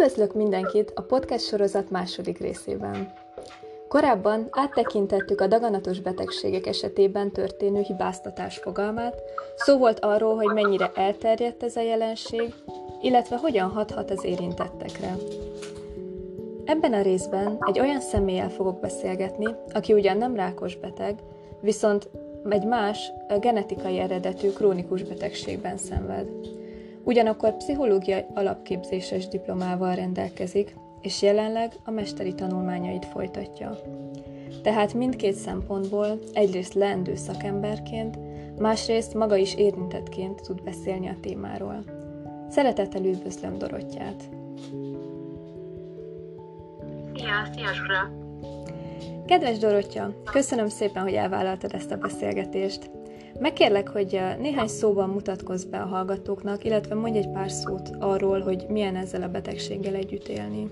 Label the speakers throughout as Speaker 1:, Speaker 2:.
Speaker 1: Üdvözlök mindenkit a podcast sorozat második részében. Korábban áttekintettük a daganatos betegségek esetében történő hibáztatás fogalmát, szó volt arról, hogy mennyire elterjedt ez a jelenség, illetve hogyan hathat az érintettekre. Ebben a részben egy olyan személlyel fogok beszélgetni, aki ugyan nem rákos beteg, viszont egy más, genetikai eredetű krónikus betegségben szenved. Ugyanakkor pszichológiai alapképzéses diplomával rendelkezik, és jelenleg a mesteri tanulmányait folytatja. Tehát mindkét szempontból egyrészt leendő szakemberként, másrészt maga is érintettként tud beszélni a témáról. Szeretettel üdvözlöm Dorottyát!
Speaker 2: Szia Zsura!
Speaker 1: Kedves Dorottya, köszönöm szépen, hogy elvállaltad ezt a beszélgetést. Megkérlek, hogy néhány szóban mutatkozz be a hallgatóknak, illetve mondj egy pár szót arról, hogy milyen ezzel a betegséggel együtt élni.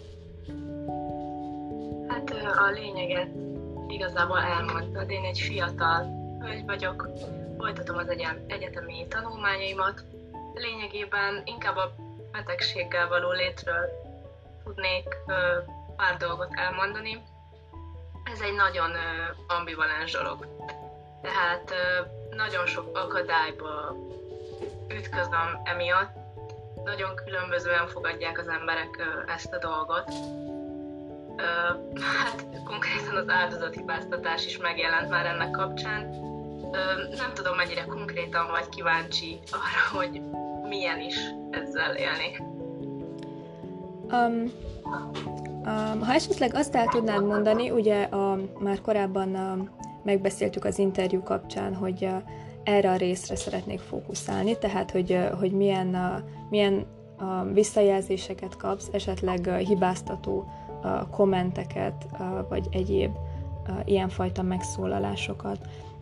Speaker 2: Hát a lényeget igazából elmondtad. Én egy fiatal hölgy vagyok, folytatom az egyetemi tanulmányaimat. Lényegében inkább a betegséggel való létről tudnék pár dolgot elmondani. Ez egy nagyon ambivalens dolog. Tehát nagyon sok akadályba ütközöm emiatt. Nagyon különbözően fogadják az emberek ezt a dolgot. Hát konkrétan az áldozathibáztatás is megjelent már ennek kapcsán. Nem tudom, mennyire konkrétan vagy kíváncsi arra, hogy milyen is ezzel élni.
Speaker 1: Ha esetleg azt el tudnád mondani, ugye már korábban megbeszéltük az interjú kapcsán, hogy erre a részre szeretnék fókuszálni, tehát hogy milyen visszajelzéseket kapsz, esetleg hibáztató kommenteket, vagy egyéb ilyenfajta megszólalásokat.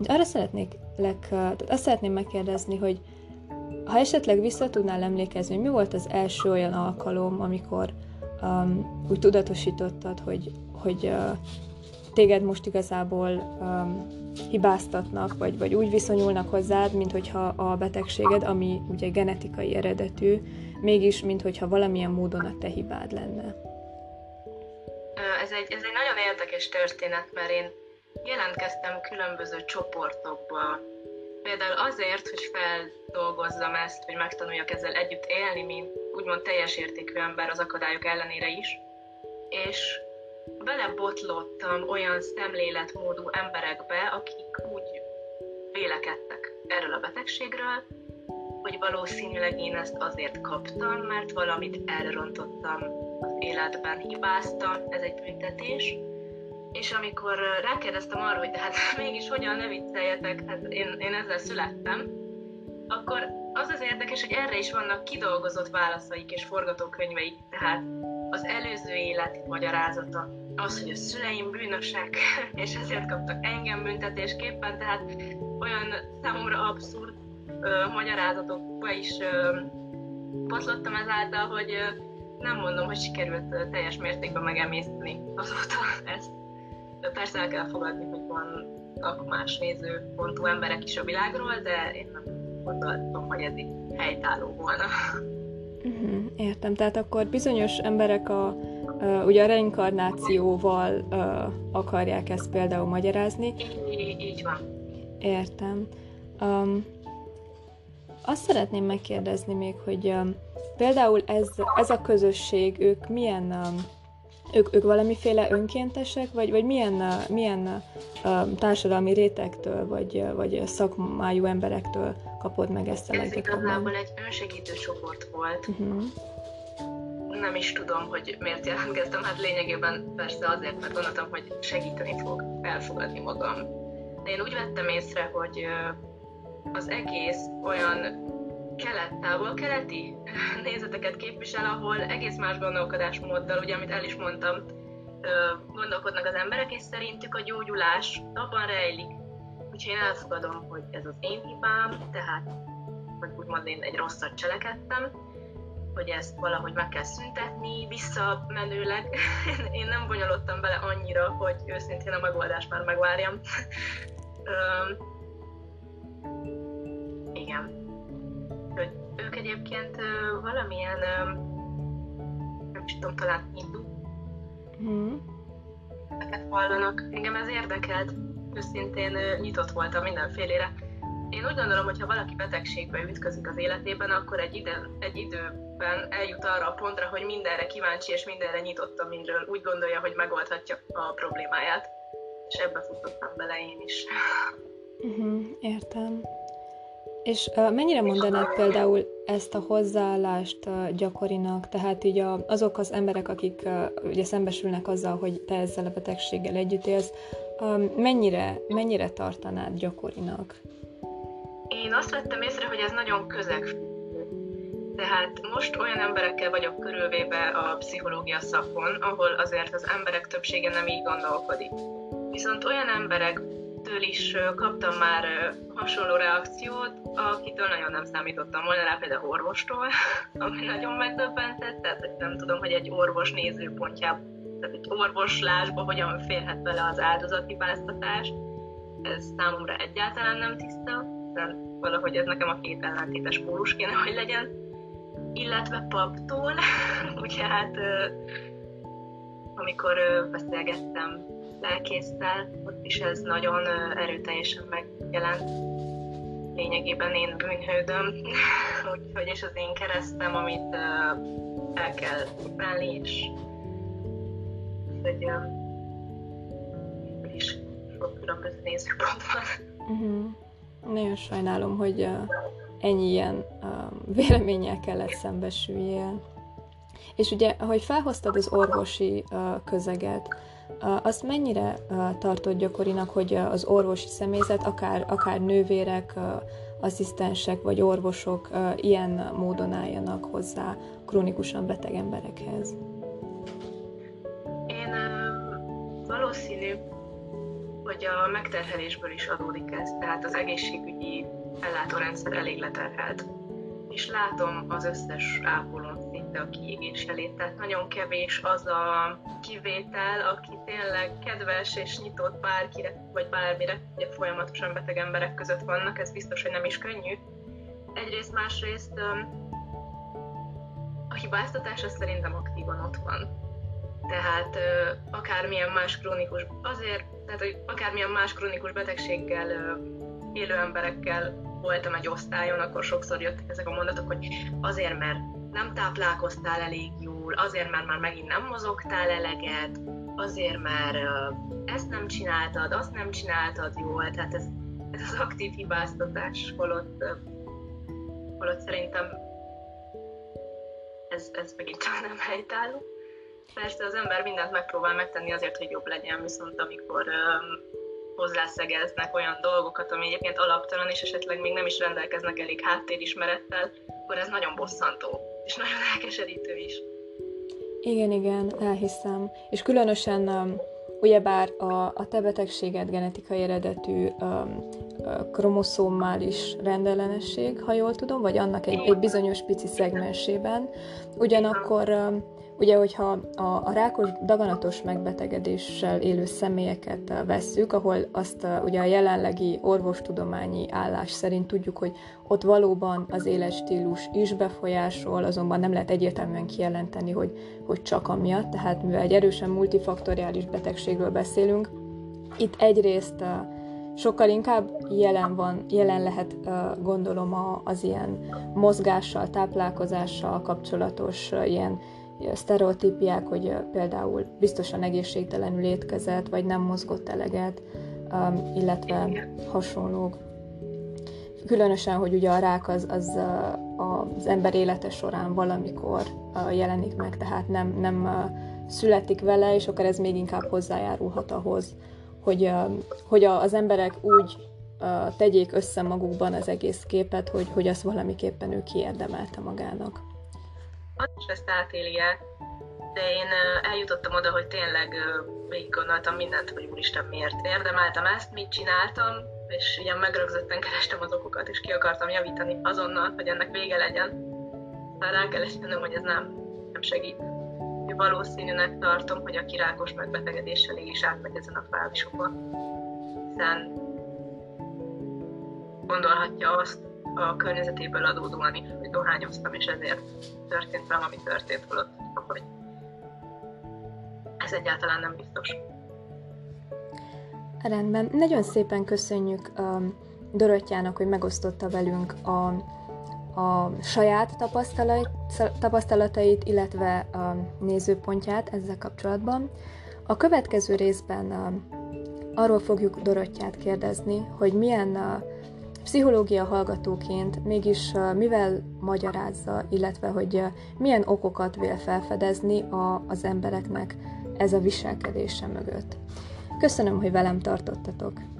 Speaker 1: Azt szeretném megkérdezni, hogy ha esetleg vissza tudnál emlékezni, hogy mi volt az első olyan alkalom, amikor úgy tudatosítottad, hogy téged most igazából hibáztatnak, vagy úgy viszonyulnak hozzád, mint hogyha a betegséged, ami ugye genetikai eredetű, mégis, mint hogyha valamilyen módon a te hibád lenne.
Speaker 2: Ez egy nagyon érdekes történet, mert én jelentkeztem különböző csoportokba. Például azért, hogy feldolgozzam ezt, hogy megtanuljak ezzel együtt élni, mint úgymond teljes értékű ember az akadályok ellenére is. És belebotlottam olyan szemléletmódú emberekbe, akik úgy vélekedtek erről a betegségről, hogy valószínűleg én ezt azért kaptam, mert valamit elrontottam az életben, hibáztam, ez egy büntetés. És amikor rákérdeztem arra, hogy de hát mégis hogyan, ne vicceljetek, hát én ezzel születtem, akkor az érdekes, hogy erre is vannak kidolgozott válaszaik és forgatókönyveik, tehát az előző élet magyarázata, az, hogy a szüleim bűnösek, és ezért kaptak engem büntetésképpen, tehát olyan számomra abszurd magyarázatokba is botlottam ezáltal, hogy nem mondom, hogy sikerült teljes mértékben megemészteni azóta ezt. Persze el kell fogadni, hogy vannak más nézőpontú emberek is a világról, de én nem gondoltam, hogy ez így helytálló volna.
Speaker 1: Értem, tehát akkor bizonyos emberek ugye a reinkarnációval akarják ezt például magyarázni.
Speaker 2: Így van.
Speaker 1: Értem. Azt szeretném megkérdezni még, hogy például ez a közösség, ők milyen... Ők valamiféle önkéntesek, vagy milyen társadalmi rétegtől, vagy szakmájú emberektől kapod meg ezt a leggyakrabban?
Speaker 2: Ez igazából egy önsegítő csoport volt. Nem is tudom, hogy miért jelentkeztem, hát lényegében persze azért, mert gondoltam, hogy segíteni fog elfogadni magam. De én úgy vettem észre, hogy az egész olyan keleti nézeteket képvisel, ahol egész más gondolkodásmóddal, ugye amit el is mondtam, gondolkodnak az emberek, és szerintük a gyógyulás abban rejlik. Úgyhogy én elfogadom, hogy ez az én hibám, tehát, hogy úgymond én egy rosszat cselekedtem, hogy ezt valahogy meg kell szüntetni, visszamenőleg. Én nem bonyolodtam bele annyira, hogy őszintén a megoldást már megvárjam. Igen. Ők egyébként valamilyen is tudom, talán hindu.
Speaker 1: Mm.
Speaker 2: Ezeket vallanak. Engem ez érdekelt, őszintén nyitott voltam mindenfélére. Én úgy gondolom, hogy ha valaki betegségbe ütközik az életében, akkor egy időben eljut arra a pontra, hogy mindenre kíváncsi és mindenre nyitott, amiről úgy gondolja, hogy megoldhatja a problémáját. És ebbe futottam bele én is.
Speaker 1: Értem. És mennyire mondanád például ezt a hozzáállást gyakorinak, tehát így azok az emberek, akik ugye szembesülnek azzal, hogy te ezzel a betegséggel együtt élsz, mennyire tartanád gyakorinak?
Speaker 2: Én azt vettem észre, hogy ez nagyon közegfüggő. Tehát most olyan emberekkel vagyok körülvéve a pszichológia szakon, ahol azért az emberek többsége nem így gondolkodik. Viszont olyan emberektől is kaptam már hasonló reakciót, akitől nagyon nem számítottam volna rá, például orvostól, ami nagyon megdöbbentett, tehát hogy nem tudom, hogy egy orvos nézőpontjából, tehát egy orvoslásba hogyan férhet bele az áldozathibáztatás. Ez számomra egyáltalán nem tiszta, de valahogy ez nekem a két ellentétes pólus kéne, hogy legyen. Illetve paptól, ugye hát amikor beszélgettem lelkésszel, ott is ez nagyon erőteljesen megjelent. Lényegében én bűnhődöm, úgyhogy és az én keresztem, amit el kell cipelni, és hogy is sok különböző nézőpont van.
Speaker 1: Nagyon sajnálom, hogy ennyi ilyen véleménnyel kellett szembesüljél. És ugye, ahogy felhoztad az orvosi közeget, azt mennyire tartod gyakorinak, hogy az orvosi személyzet, akár nővérek, asszisztensek vagy orvosok ilyen módon álljanak hozzá krónikusan beteg emberekhez?
Speaker 2: Én valószínű, hogy a megterhelésből is adódik ez, tehát az egészségügyi ellátórendszer elég leterhelt. És látom az összes ápolón szinte a kiégés elét, tehát nagyon kevés az a kivétel, aki tényleg kedves és nyitott bárkire, vagy bármire, ugye folyamatosan beteg emberek között vannak, ez biztos, hogy nem is könnyű. Egyrészt, másrészt a hibáztatás az szerintem aktívan ott van. Tehát akármilyen más krónikus betegséggel élő emberekkel voltam egy osztályon, akkor sokszor jöttek ezek a mondatok, hogy azért, mert nem táplálkoztál elég jól, azért, mert már megint nem mozogtál eleget, azért, mert ezt nem csináltad, azt nem csináltad jól, tehát ez az aktív hibáztatás, holott szerintem ez megint csak nem helytálló. Persze az ember mindent megpróbál megtenni azért, hogy jobb legyen, viszont amikor hozzászegeznek olyan dolgokat, ami egyébként alaptalan, és esetleg még nem is rendelkeznek elég háttérismerettel, akkor ez nagyon bosszantó, és nagyon elkeserítő is.
Speaker 1: Igen, elhiszem. És különösen ugyebár a te betegséged genetikai eredetű kromoszómális rendellenesség, ha jól tudom, vagy annak egy bizonyos pici szegmensében. Ugyanakkor ugye, hogyha a rákos daganatos megbetegedéssel élő személyeket vesszük, ahol azt ugye a jelenlegi orvostudományi állás szerint tudjuk, hogy ott valóban az életstílus is befolyásol, azonban nem lehet egyértelműen kijelenteni, hogy csak amiatt, tehát mivel egy erősen multifaktoriális betegségről beszélünk, itt egyrészt sokkal inkább jelen lehet, gondolom, az ilyen mozgással, táplálkozással kapcsolatos ilyen sztereotípiák, hogy például biztosan egészségtelenül étkezett, vagy nem mozgott eleget, illetve hasonlók. Különösen, hogy ugye a rák az ember élete során valamikor jelenik meg, tehát nem születik vele, és akkor ez még inkább hozzájárulhat ahhoz, hogy az emberek úgy tegyék össze magukban az egész képet, hogy azt valamiképpen ő kiérdemelte magának.
Speaker 2: Az is ezt átélje, de én eljutottam oda, hogy tényleg végig gondoltam mindent, hogy úristen, miért érdemeltem ezt, mit csináltam, és ilyen megrögzötten kerestem az okokat, és ki akartam javítani azonnal, hogy ennek vége legyen. Már rá kell esnöm, hogy ez nem segít. Valószínűnek tartom, hogy aki rákos megbetegedéssel él is átmegy ezen a fázisokon, hiszen gondolhatja azt a környezetéből adódóan is, hogy dohányoztam, és ezért történt velem, ami történt, holott, hogy ez egyáltalán nem biztos.
Speaker 1: Rendben. Nagyon szépen köszönjük Dorottyának, hogy megosztotta velünk a saját tapasztalatait, illetve a nézőpontját ezzel kapcsolatban. A következő részben arról fogjuk Dorottyát kérdezni, hogy milyen pszichológia hallgatóként mégis mivel magyarázza, illetve hogy milyen okokat vél felfedezni az embereknek ez a viselkedése mögött. Köszönöm, hogy velem tartottatok!